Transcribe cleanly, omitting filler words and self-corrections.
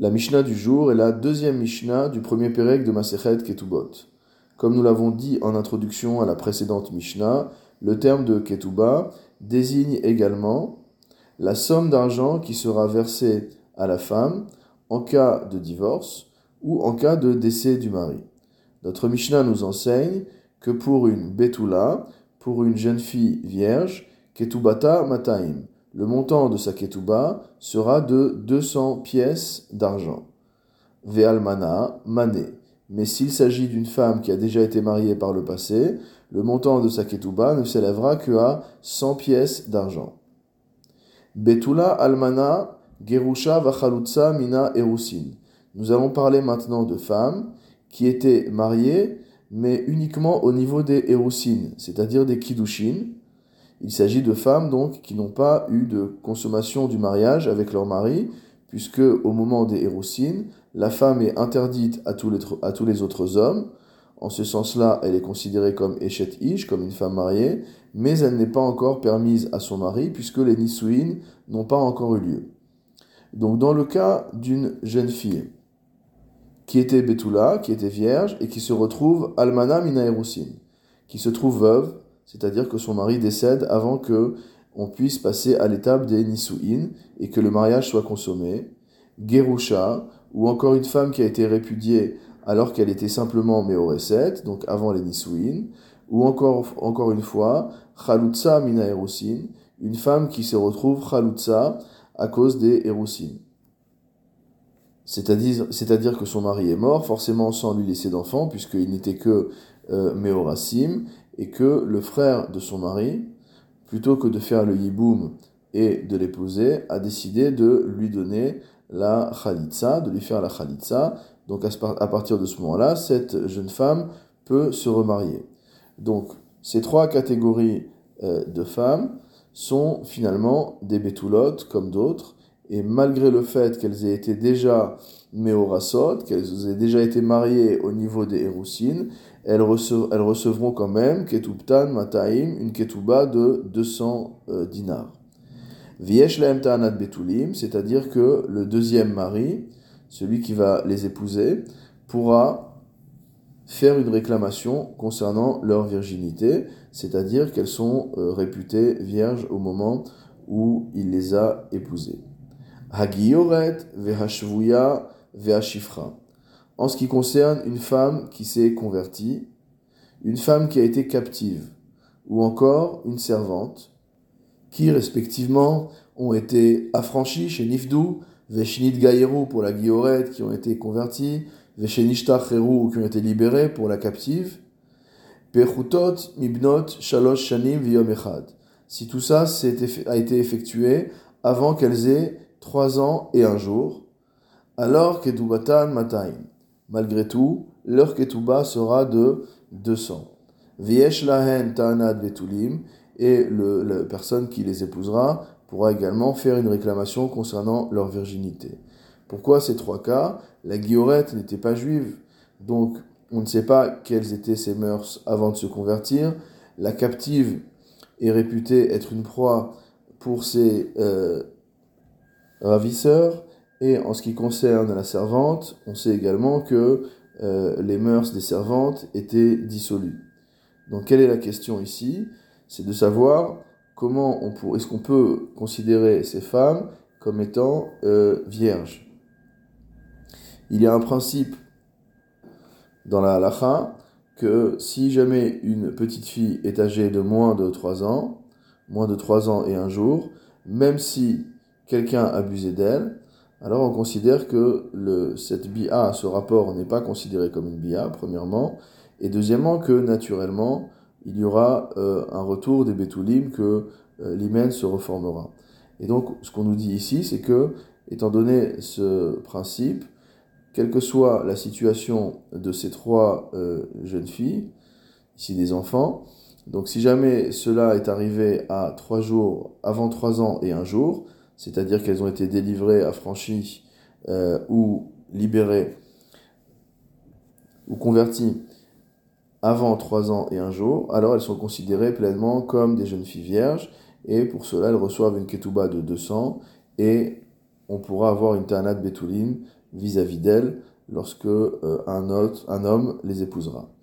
La Mishnah du jour est la deuxième Mishnah du premier Pérec de Masechet Ketubot. Comme nous l'avons dit en introduction à la précédente Mishnah, le terme de Ketubah désigne également la somme d'argent qui sera versée à la femme en cas de divorce ou en cas de décès du mari. Notre Mishnah nous enseigne que pour une Betula, pour une jeune fille vierge, Ketubata Mataim, le montant de sa Ketuba sera de 200 pièces d'argent. Ve'almana, mané. Mais s'il s'agit d'une femme qui a déjà été mariée par le passé, le montant de sa Ketuba ne s'élèvera que à 100 pièces d'argent. Betula almana, gerusha vachalutza mina erusin. Nous allons parler maintenant de femmes qui étaient mariées, mais uniquement au niveau des erusin, c'est-à-dire des kiddushin. Il s'agit de femmes donc qui n'ont pas eu de consommation du mariage avec leur mari, puisque au moment des Héroussines, la femme est interdite à tous les autres hommes. En ce sens-là, elle est considérée comme Eshet Ish, comme une femme mariée, mais elle n'est pas encore permise à son mari, puisque les Nisuin n'ont pas encore eu lieu. Donc dans le cas d'une jeune fille qui était Betula, qui était vierge, et qui se retrouve Almana Mina Héroussine, qui se trouve veuve, c'est-à-dire que son mari décède avant que on puisse passer à l'étape des Nisuin et que le mariage soit consommé. Gerusha, ou encore une femme qui a été répudiée alors qu'elle était simplement Meoreset, donc avant les Nisuin, ou encore une fois, Chalutza Mina Erusin, une femme qui se retrouve Chalutza à cause des Erusin. C'est-à-dire que son mari est mort, forcément sans lui laisser d'enfant, puisqu'il n'était que Meorasim, et que le frère de son mari, plutôt que de faire le yiboum et de l'épouser, a décidé de lui donner la khalitsa, de lui faire la khalitsa. Donc à partir de ce moment-là, cette jeune femme peut se remarier. Donc ces trois catégories de femmes sont finalement des bétoulottes comme d'autres, et malgré le fait qu'elles aient été déjà méorasot, qu'elles aient déjà été mariées au niveau des Héroussines, elles recevront quand même ketubtan mataim, une ketuba de 200 dinars. Viesh lahem ta'anat betulim, c'est-à-dire que le deuxième mari, celui qui va les épouser, pourra faire une réclamation concernant leur virginité, c'est-à-dire qu'elles sont réputées vierges au moment où il les a épousées. Hagioret vehashvuya vehashifra. En ce qui concerne une femme qui s'est convertie, une femme qui a été captive, ou encore une servante, qui respectivement ont été affranchies chez Nifdou, Veshinit Gaïrou pour la Guilloret qui ont été converties, Veshinishtar Herou qui ont été libérées pour la captive, Pechutot Mibnot Shalosh Shanim Viyom Echad. Si tout ça a été effectué avant qu'elles aient 3 ans et 1 jour, alors Ketubatan Mataim. Malgré tout, leur Ketuba sera de 200. Viesh lahen ta'anat betulim, et la personne qui les épousera pourra également faire une réclamation concernant leur virginité. Pourquoi ces 3 cas? La guillorette n'était pas juive, donc on ne sait pas quelles étaient ses mœurs avant de se convertir. La captive est réputée être une proie pour ses ravisseurs. Et en ce qui concerne la servante, on sait également que les mœurs des servantes étaient dissolues. Donc quelle est la question ici? C'est de savoir est-ce qu'on peut considérer ces femmes comme étant vierges. Il y a un principe dans la halacha que si jamais une petite fille est âgée de moins de 3 ans et 1 jour, même si quelqu'un a abusé d'elle, alors on considère que cette bia, ce rapport n'est pas considéré comme une bia, premièrement, et deuxièmement que naturellement, il y aura un retour des bétoulim, que l'hymen se reformera. Et donc, ce qu'on nous dit ici, c'est que, étant donné ce principe, quelle que soit la situation de ces 3 jeunes filles, ici des enfants, donc si jamais cela est arrivé à 3 jours, avant 3 ans et 1 jour, c'est-à-dire qu'elles ont été délivrées, affranchies ou libérées ou converties avant 3 ans et 1 jour, alors elles sont considérées pleinement comme des jeunes filles vierges, et pour cela elles reçoivent une ketouba de 200, et on pourra avoir une ta'anat betulim vis-à-vis d'elles lorsque un homme les épousera.